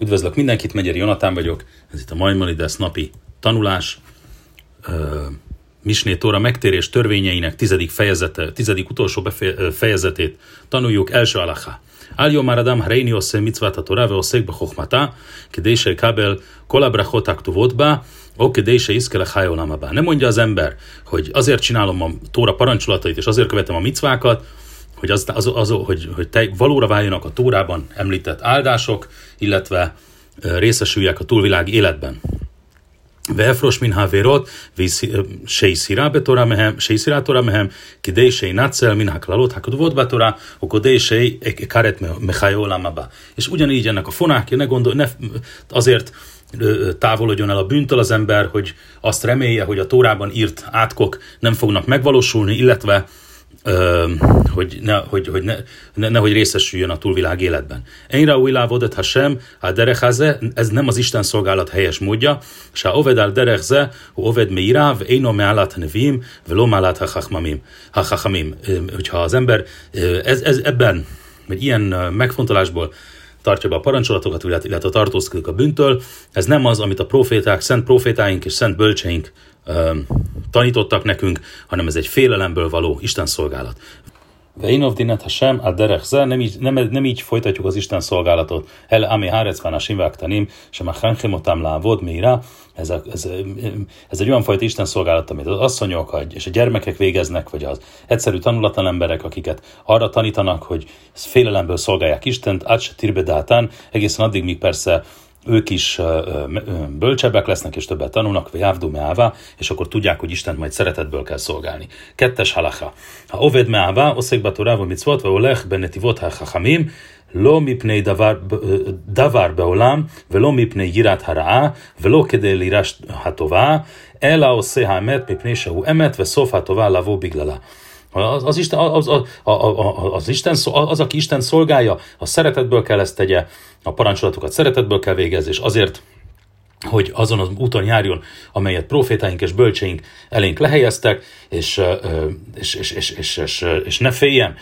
Üdvözlök mindenkit, Megyeri Jonatán vagyok, ez itt a Maimonides napi tanulás. Misné Tóra megtérés törvényeinek 10. utolsó fejezetét tanuljuk, első alacha. Álljó már Adam Hreini oszé mitzvát a Torá ve oszék be chokhmata, kedé se kábel kol abrachot aktuvotba, kedé se iszkele háj olamabá. Nem mondja az ember, hogy azért csinálom a Tóra parancsolatait, és azért követem a micvákat, hogy valóra váljanak a Tórában említett áldások, illetve részesüljek a túlvilág életben. Ve'efrosh min haverot, sheisira Torá mehem, kidei sheinatzel min haklalot hakudvot betorá, okodei shei karet mechaj olamaba. És ugyanígy ennek a fonákja, azért távolodjon el a bűntől az ember, hogy azt remélje, hogy a Tórában írt átkok nem fognak megvalósulni, illetve hogy nehogy részesüljön a túlvilág életben. Einra új lávodet Hashem, a derechaze, ez nem az Isten szolgálat helyes módja, se oved al derechze, oved meirav, eino meállat nevim, velo meállat hachachamim. Hogyha az ember ebben, vagy ilyen megfontolásból tartja be a parancsolatokat, illetve tartózkodik a bűntől, ez nem az, amit a proféták, szent profétáink és szent bölcseink tanítottak nekünk, hanem ez egy félelemből való Isten szolgálat. Veinov dinet Hashem al derechze, nem így folytatjuk az Isten szolgálatot. El ami hárecván a simvágtanim, sem a hanchemotam lávod méra. Ez egy olyan fajta Isten szolgálat, amit az asszonyok és a gyermekek végeznek, vagy az egyszerű tanulatlan emberek, akiket arra tanítanak, hogy félelemből szolgálják Istent, át se tirbedátán, egészen addig, míg persze ők is bölcsebbek lesznek, és többet tanulnak, vagy jávdú meává, és akkor tudják, hogy Istent majd szeretetből kell szolgálni. Kettes halacha. Ha oved meává, oszékba torávó micvot, vagy olech benetivot hachachamim, lo mipnei davar beolam, velo mipnei jirát haraá, velo kedé lirás hatová, ela oszé haemet, mipnei sehu emet, ve szof hatová lavó biglala. Az, aki Isten szolgálja, a szeretetből kell ezt tegye, a parancsolatokat szeretetből kell végezni, és azért, hogy azon az úton járjon, amelyet profétáink és bölcseink elénk lehelyeztek, és ne féljen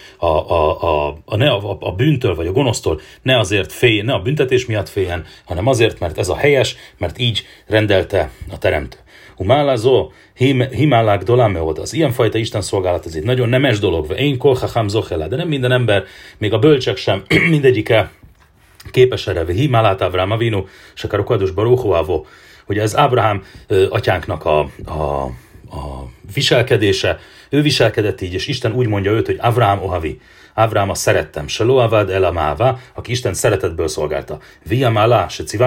a bűntől vagy a gonosztól, ne azért féljen, ne a büntetés miatt féljen, hanem azért, mert ez a helyes, mert így rendelte a Teremtő. Humálázó, himálák dolámeod, az ilyenfajta Isten szolgálat, ez egy nagyon nemes dolog, én kol hacham zochela, de nem minden ember, még a bölcsek sem, mindegyike képes erre, himálát Ábrahám avinu, se karokados baruchóávó, hogy ez Ábrahám atyánknak a viselkedése, ő viselkedett így, és Isten úgy mondja őt, hogy Avraham ohavi, Ábrahám a szerettem, se loavad elamává, aki Isten szeretetből szolgálta. Viamálá,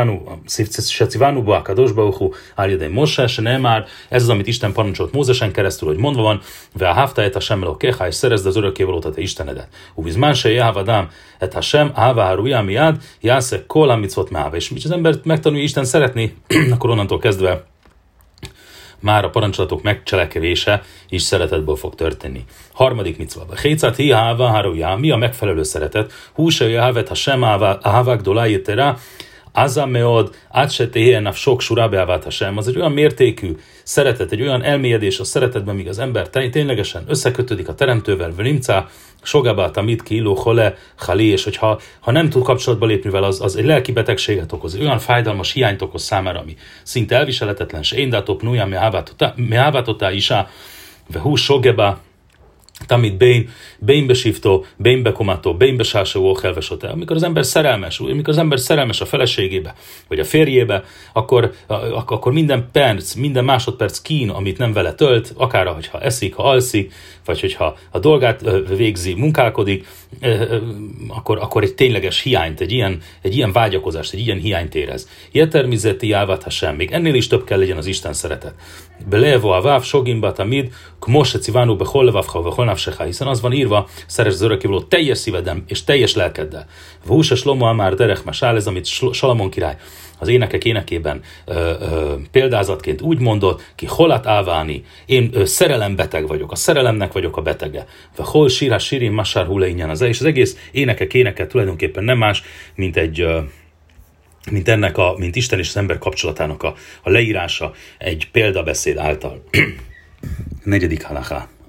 se civánuba, kadosbauhu, álljadei Mose, se nem már, ez az, amit Isten parancsolt Mózesen keresztül, hogy mondva van, ve a haftaet Hashem elokechá, és szerezd az örökkévalót a te Istenedet. Ubizmán se jávadám, et Hashem, ává harujá miád, jászek kol amicvot máva. És az ember megtanulja Isten szeretni, akkor onnantól kezdve már a parancsolatok megcselekevése is szeretetből fog történni. Harmadik micvaba. Hécát hi háva hárujá, mi a megfelelő szeretet? Húsai hávet ha sem hávák dolájéterá, azameod, átsetéhénaf sok surábeávát ha sem. Az egy olyan mértékű szeretet, egy olyan elmélyedés a szeretetben, míg az ember ténylegesen összekötődik a Teremtővel, vlimcá, sogabá tamit kiló hole hali, és hogyha nem tud kapcsolatba lépni vele, az egy lelki betegséget okoz, olyan fájdalmas hiányt okoz számára, ami szinte elviselhetetlen, se éndátok nuja me hávátotá isá, ve hú sogebá, tamit bénbe siftó, bénbe komató, bénbe sásó, óhelvesote. Amikor az ember szerelmes a feleségébe, vagy a férjébe, akkor minden perc, minden másodperc kín, amit nem vele tölt, akár hogyha eszik, ha alszik, vagy hogyha a dolgát végzi, munkálkodik, akkor egy tényleges hiányt, egy ilyen vágyakozást, egy ilyen hiányt érez. Jetermizeti jávát ha sem, még ennél is több kell legyen az Isten szeretet. Belevo a váv, sogimba tamid, kmose civánu behol levavha, behol nafsecha, hiszen az van írva, szeresd az örökkévaló teljes szívedem és teljes lelkeddel. Vúsa Shlomo Amár derech masál, ez amit Salamon király az énekek énekében példázatként úgy mondott, ki holat áváni, én szerelembeteg vagyok, a szerelemnek vagyok a betege. Ve hol sírá sírin masár huleinyan az, és az egész éneke tulajdonképpen nem más, mint Isten és az ember kapcsolatának a leírása egy példabeszéd által. Negyedik halaká.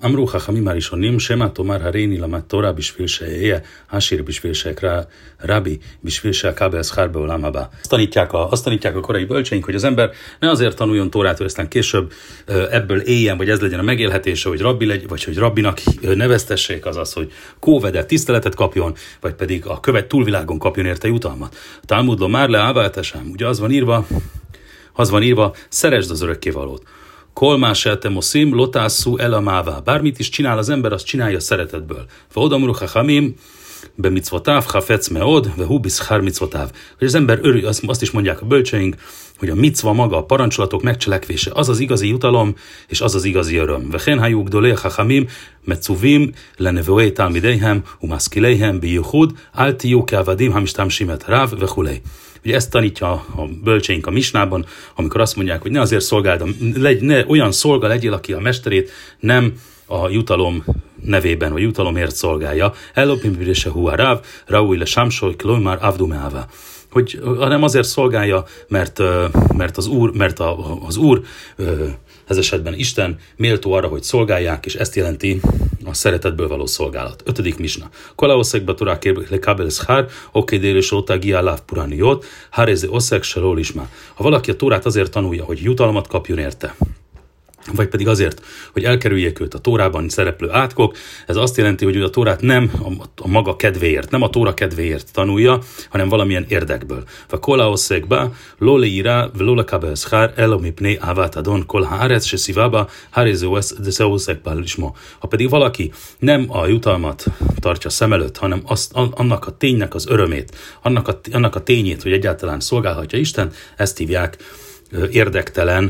אמרו חכמים הראשונים, שמא תאמר הריני למד תורה בשביל שאהיה עשיר, בשביל שאקרא רבי, בשביל שאקבל שכר בעולם הבא. Azt tanítják a korai bölcseink, hogy az ember ne azért tanuljon Tórát, hogy aztán később ebből éljen, vagy ez legyen a megélhetése, hogy rabbi legyen, vagy hogy rabbinak neveztessék, azaz, hogy kóvedett tiszteletet kapjon, vagy pedig a túlvilágon kapjon érte jutalmat. A Talmudban már le áváltásám, ugye az van írva, szeresd az örökkévalót. Kolmás eltemoszim, lotászú elamává. Bármit is csinál az ember, azt csinálja szeretetből. Vaodamru hachamim, be micvotáv, hafec meod, ve hubiszhár micvotáv. Hogy az ember örül, azt is mondják a bölcseink, hogy a micva maga, a parancsolatok megcselekvése, az az igazi jutalom, és az az igazi öröm. Vechen hajuk dolé hachamim, metzuvim, lenevoé talmideihem, umaszkileihem, bijuhud, altijú keavadim, hamistam simet ráv, vechulei. Ugye ezt tanítja a bölcseink a misnában, amikor azt mondják, hogy ne azért szolgáld, ne olyan szolga legyél, aki a mesterét nem a jutalom nevében, vagy jutalomért szolgálja. Ellopimbirése huaráv, raúj le sámsoly, klómár avdumeává. Hogy hanem azért szolgálja, mert az Úr, ez esetben Isten méltó arra, hogy szolgálják, és ezt jelenti a szeretetből való szolgálat. 5. misna. Kolaoszekba torá lekabel szhár, okédél és óta giáláv purániót, hárézi oszek se lólismá. Ha valaki a Tórát azért tanulja, hogy jutalmat kapjon érte, vagy pedig azért, hogy elkerüljék őt a Tórában szereplő átkok, ez azt jelenti, hogy a Tórát nem a maga kedvéért, nem a Tóra kedvéért tanulja, hanem valamilyen érdekből. Va kolaoszekba, lóleírá, lólekabel szhár, elomipné ávátadon, kol hárec se szívába, hárézőoszekba lisma. Ha pedig valaki nem a jutalmat tartja szem előtt, hanem annak a ténynek az örömét, annak a tényét, hogy egyáltalán szolgálhatja Isten, ezt hívják érdektelen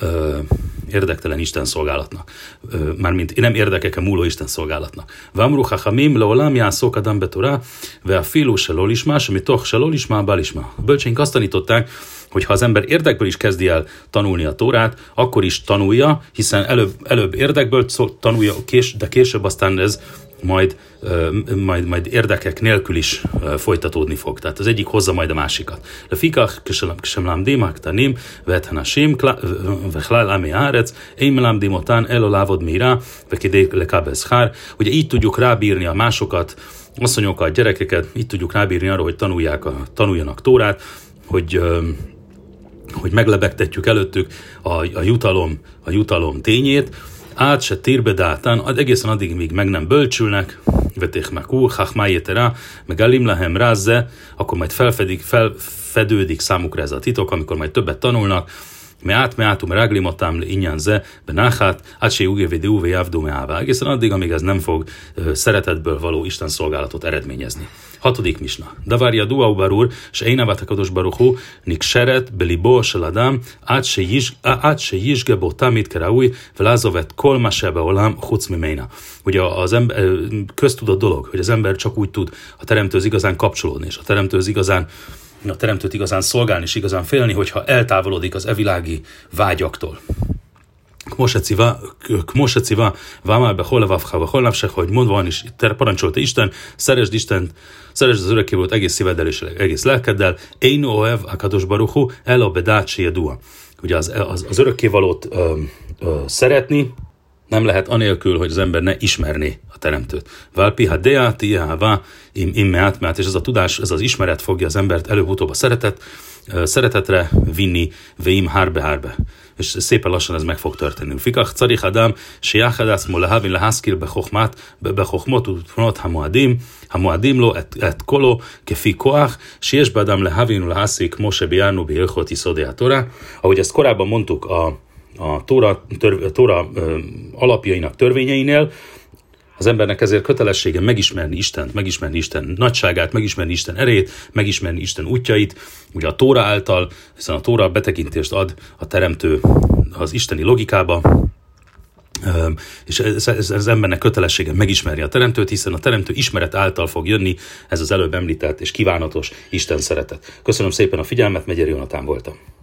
Isten szolgálatnak. Mármint nem érdekeken múló Isten szolgálatnak. Vamru hachamim leolam jászok adam betorá, ve a filu se lolismá, semi toch se lolismá, balismá. A bölcseink azt tanították, hogy ha az ember érdekből is kezdi el tanulni a Tórát, akkor is tanulja, hiszen előbb érdekből tanulja, de később aztán ez majd érdekek nélkül is folytatódni fog. Tehát az egyik hozza majd a másikat. Le fikach sem lámdimák tanim, vethanashim, vechlál ámi árec, én lámdim otán elolávod mirá, vekidék lekabeszhár. Ugye így tudjuk rábírni a másokat, asszonyokat, gyerekeket, így tudjuk rábírni arra, hogy tanuljanak Tórát, hogy meglebegtetjük előttük a jutalom tényét, át se tírbedáltán, egészen addig, míg meg nem bölcsülnek, veték meg hachmájéterá, meg alimlahem rázze, akkor majd felfedődik számukra ez a titok, amikor majd többet tanulnak, meátum ráglimotám inyanze, benáhát, át se jugévédő úvé jávdó meává. Egészen addig, amíg ez nem fog szeretetből való Isten szolgálatot eredményezni. 6. misna. Davárja duau barúr, se énavat a kados baruchú, nik seret, belibó, se ladám, át se jizsge botámit keraúj, velázovet kolmasebe olám, hucmiména. Ugye az ember, köztudott dolog, hogy az ember csak úgy tud a teremtőhöz igazán kapcsolódni, és a teremtőt igazán szolgálni, és igazán félni, hogyha eltávolodik az evilági vágyaktól. Kmose civa, vámál be holevavha, holnapsek, hogy mondva van is, parancsolta Isten, szeresd Istent, szeresd az örökkévalót egész szíveddel és egész lelkeddel, Eino oev akados baruchu, elo bedácsi dua. Ugye az örökkévalót szeretni nem lehet anélkül, hogy az ember ne ismerné a teremtőt. Válpiha dea, tiává, immeát, és ez a tudás, ez az ismeret fogja az embert előbb-utóbb a szeretetre vinni, veim hárbe. És szépen lassan ez meg fog történni. Fikach carich adam, שיחדס מולהבין להשכיל בחוכמות ותבונות המועדים לו את קולו כפי כוח, שיש באדם להבין ולהשיג כמו שביארנו בהלכות יסודי התורה. Ahogy ezt korábban mondtuk a Tóra alapjainak törvényeinél, az embernek ezért kötelessége megismerni Istent, megismerni Isten nagyságát, megismerni Isten erejét, megismerni Isten útjait, ugye a Tóra által, hiszen a Tóra betekintést ad a teremtő az isteni logikába, és ez embernek kötelessége megismerni a teremtőt, hiszen a teremtő ismeret által fog jönni ez az előbb említett és kívánatos Isten szeretet. Köszönöm szépen a figyelmet, Megyeri Jonatán voltam.